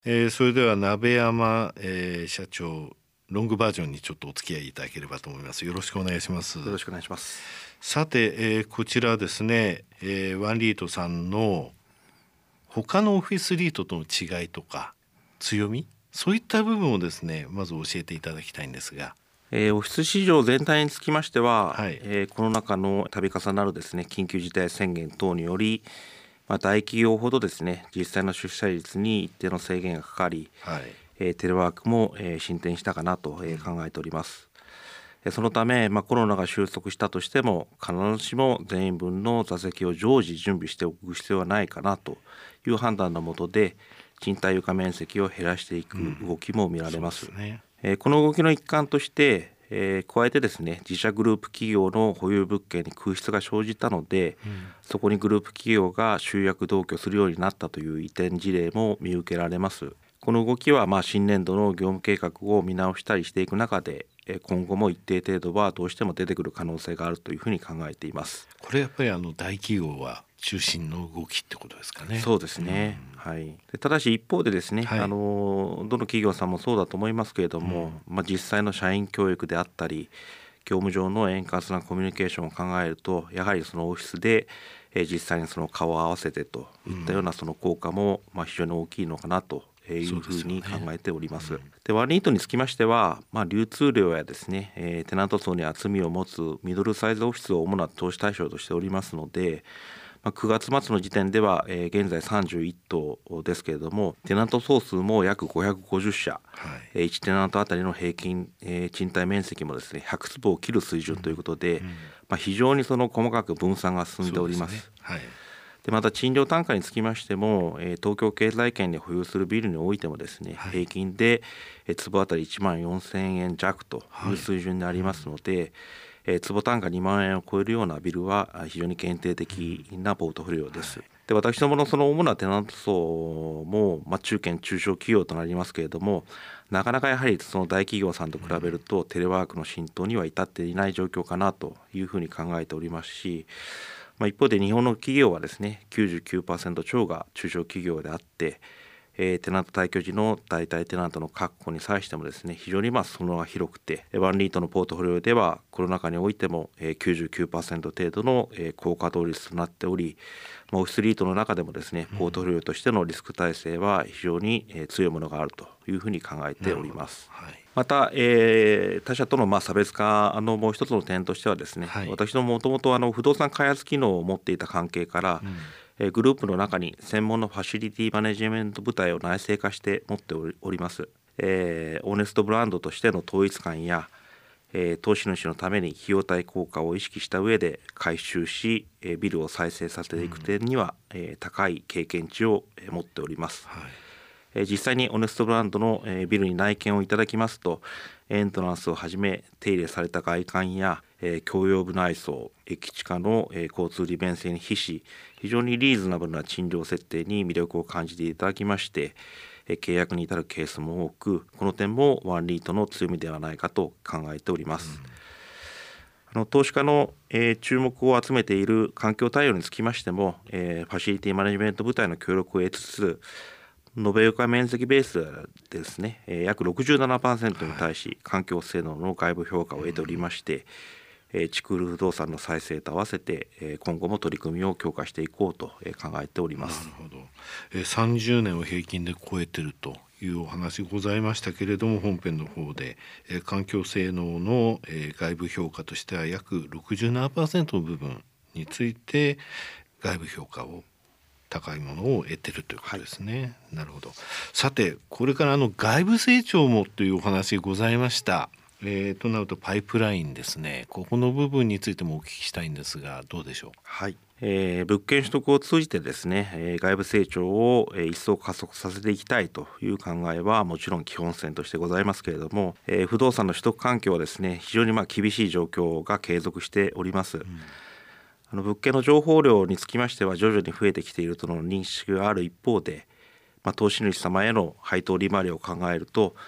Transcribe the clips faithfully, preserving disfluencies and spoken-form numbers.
えーそれでは鍋山、えー社長ロングバージョンにちょっとお付き合いいただければと思います。よろしくお願いします。 よろしくお願いします。 さて、えーこちらですね、えーワンリートさんの他のオフィスリートとの違いとか強み、そういった部分をですねまず教えていただきたいんですが。 えーオフィス市場全体につきましては、 はい。 えーコロナ禍の度重なるですね緊急事態宣言等により、まあ、大企業ほどですね実際の出社率に一定の制限がかかり、 はい。 えーテレワークも、えー進展したかなと、えー考えております。えーそのため、まあ、コロナが収束したとしても必ずしも全員分の座席を常時準備しておく必要はないかなという判断のもとで、賃貸床面積を減らしていく動きも見られそうます。 ですね。 えーこの動きの一環として、えー加えてですね自社グループ企業の保有物件に空室が生じたので、そこにグループ企業が集約同居するようになったという移転事例も見受けられます。この動きはまあ新年度の業務計画を見直したりしていく中で、えー今後も一定程度はどうしても出てくる可能性があるというふうに考えています。 これやっぱりあの大企業は中心の動きってことですかね。 そうですね、はい、でただし一方でですね、 はい。 あのどの企業さんもそうだと思いますけれども、まあ、実際の社員教育であったり業務上の円滑なコミュニケーションを考えると、やはりそのオフィスで、えー実際にその顔を合わせてといったようなその効果も、まあ、非常に大きいのかなというふうに考えております。でワンリートにつきましては、まあ、流通量やですね、えーテナント層に厚みを持つミドルサイズオフィスを主な投資対象としておりますので、まあ、くがつ末の時点では、えー現在さんじゅういっ棟ですけれども、テナント総数も約ごひゃくごじゅっ社、 はい。 えーいちテナントあたりの平均、えー賃貸面積もですねひゃく坪を切る水準ということで、まあ、非常にその細かく分散が進んでおります。 そうですね。はい。 でまた賃料単価につきましても、えー東京経済圏に保有するビルにおいてもですね、 はい。 平均で、えー坪あたりいちまんよんせんえん弱というはい。 水準になりますので、えー坪単価にまん円を超えるようなビルはあ非常に限定的なポートフォリオです。 はい。 で私どものその主なテナント層も、まあ、中堅中小企業となりますけれども、なかなかやはりその大企業さんと比べるとテレワークの浸透には至っていない状況かなというふうに考えておりますし、まあ、一方で日本の企業はですね きゅうじゅうきゅうパーセント 超が中小企業であって、えーテナント退去時の代替テナントの確保に際してもですね非常にまあそのが広くて、ワンリートのポートフォリオではコロナ禍においてもえーきゅうじゅうきゅうパーセント 程度のえー高稼働率となっており、まあオフィスリートの中でもですねポートフォリオとしてのリスク体制は非常にえー強いものがあるというふうに考えております。 はい。 また、えー他社とのまあ差別化のもう一つの点としてはですね、 はい。 私どももともとあの不動産開発機能を持っていた関係から、えーグループの中に専門のファシリティマネジメント部隊を内製化して持っておりおります。えーオーネストブランドとしての統一感や、えー投資主のために費用対効果を意識した上で回収し、えービルを再生させていく点には、えー高い経験値をえー持っております。 はい。 えー実際にオネストブランドのえービルに内見をいただきますと、エントランスをはじめ手入れされた外観や、えー共用部内装、駅地下のえー交通利便性に比し、非常にリーズナブルな賃料設定に魅力を感じていただきまして、えー契約に至るケースも多く、この点もワンリートの強みではないかと考えております。あの投資家の、えー注目を集めている環境対応につきましても、えーファシリティマネジメント部隊の協力を得つつ、延べ床面積ベースでですね、えー約 ろくじゅうななパーセント に対し環境性能の外部評価を得ておりまして、えー、チクール不動産の再生と合わせて、えー今後も取り組みを強化していこうとえー考えておりまなるす。 ほど。えーさんじゅうねんを平均で超えてるというお話ございましたけれども、本編の方で、えー環境性能の、えー外部評価としては約 ろくじゅうななパーセント の部分について外部評価を高いものを得てるということですね。なるほど。さてこれからあの外部成長もというお話ございました。えー、となるとパイプラインですね。ここの部分についてもお聞きしたいんですがどうでしょう。 はい、えー物件取得を通じてですね、えー外部成長を、えー一層加速させていきたいという考えはもちろん基本線としてございますけれども、えー不動産の取得環境はですね非常にまあ厳しい状況が継続しております。あの物件の情報量につきましては徐々に増えてきているとの認識がある一方で、まあ、投資主様への配当利回りを考えると、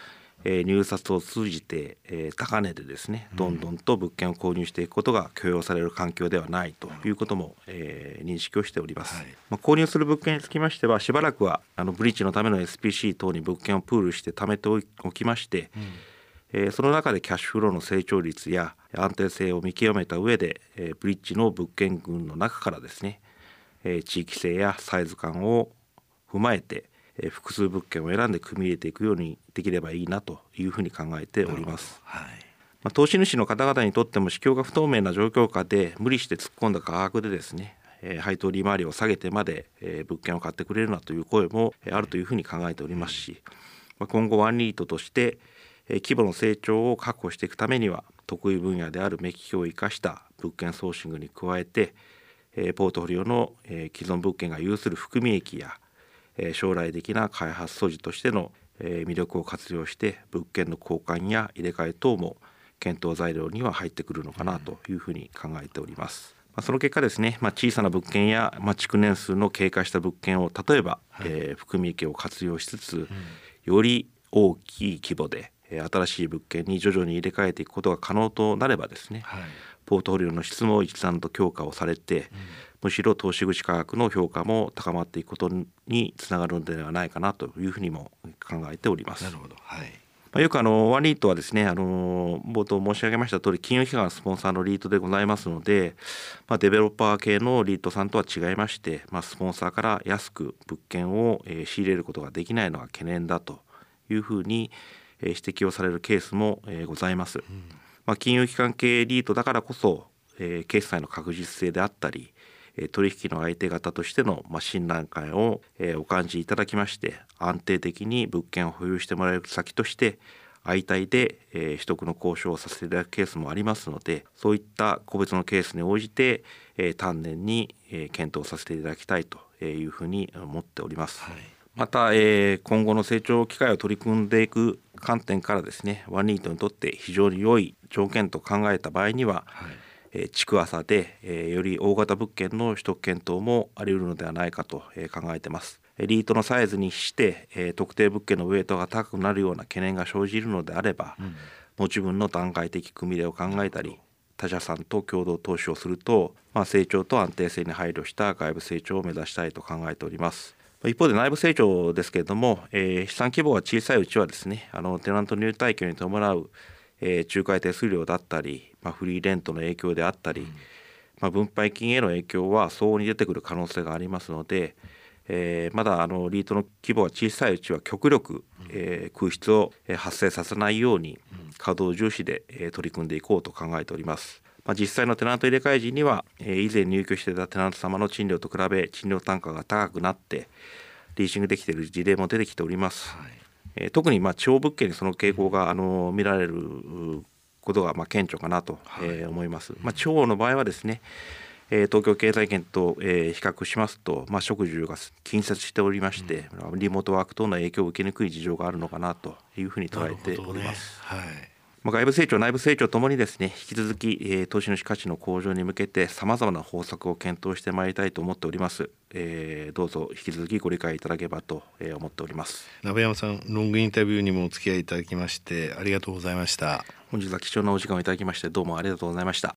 えー、入札を通じて、えー、高値でですねどんどんと物件を購入していくことが許容される環境ではないということも、えー、認識をしております、はい。まあ、購入する物件につきましてはしばらくはあのブリッジのための エスピーシー 等に物件をプールして貯めておきまして、うんえー、その中でキャッシュフローの成長率や安定性を見極めた上で、えー、ブリッジの物件群の中からですね、えー、地域性やサイズ感を踏まえてえー、複数物件を選んで組み入れていくようにできればいいなというふうに考えております、はい。まあ、投資主の方々にとっても市況が不透明な状況下で無理して突っ込んだ価格でですね、えー、配当利回りを下げてまで、えー、物件を買ってくれるなという声もあるというふうに考えておりますし、まあ、今後ワンリートとして、えー、規模の成長を確保していくためには得意分野である目利きを生かした物件ソーシングに加えて、えー、ポートフォリオの、えー、既存物件が有する含み益や将来的な開発素地としての魅力を活用して物件の交換や入れ替え等も検討材料には入ってくるのかなというふうに考えております、まあ、その結果ですね、まあ、小さな物件や、まあ、築年数の経過した物件を例えば、はいえー、含み益を活用しつつ、うん、より大きい規模で新しい物件に徐々に入れ替えていくことが可能となればですね、はい、ポートフォリオの質も一段と強化をされて、うんむしろ投資口価格の評価も高まっていくことにつながるのではないかなというふうにも考えております。 なるほど、はい。 まあ、よくあのワンリートはですねあの冒頭申し上げました通り金融機関がスポンサーのリートでございますので、まあ、デベロッパー系のリートさんとは違いまして、まあ、スポンサーから安く物件を、えー、仕入れることができないのが懸念だというふうに、えー、指摘をされるケースも、えー、ございます、うんまあ、金融機関系リートだからこそ、えー、決済の確実性であったり取引の相手方としての信頼感をお感じいただきまして安定的に物件を保有してもらえる先として相対で取得の交渉をさせていただくケースもありますのでそういった個別のケースに応じて丹念に検討させていただきたいというふうに思っております、はい、また今後の成長機会を取り組んでいく観点からですねワンリートにとって非常に良い条件と考えた場合には、はい築浅でより大型物件の取得検討もあり得るのではないかと考えています。リートのサイズにして特定物件のウェイトが高くなるような懸念が生じるのであれば、うん、持ち分の段階的組み入れを考えたり他社さんと共同投資をすると、まあ、成長と安定性に配慮した外部成長を目指したいと考えております。一方で内部成長ですけれども、えー、資産規模が小さいうちはですねあのテナント入退去に伴うえー、仲介手数料だったり、まあ、フリーレントの影響であったり、うんまあ、分配金への影響は相応に出てくる可能性がありますので、えー、まだあのリートの規模が小さいうちは極力、えー、空室を発生させないように稼働重視で、えー、取り組んでいこうと考えております。まあ、実際のテナント入れ替え時には、えー、以前入居していたテナント様の賃料と比べ賃料単価が高くなってリーシングできている事例も出てきております。はいえー、特にまあ地方物件にその傾向があの見られることがまあ顕著かなと、はいえー、思います。まあ、地方の場合はですね、えー、東京経済圏と、えー、比較しますと、まあ、職住が近接しておりまして、うん、リモートワーク等の影響を受けにくい事情があるのかなというふうに捉えております。なるほどね。はいまあ、外部成長内部成長ともにですね引き続き、えー、投資主価値の向上に向けてさまざまな方策を検討してまいりたいと思っております、えー、どうぞ引き続きご理解いただければと、えー、思っております。 鍋山さんロングインタビューにもお付き合いいただきましてありがとうございました。 本日は貴重なお時間をいただきましてどうもありがとうございました。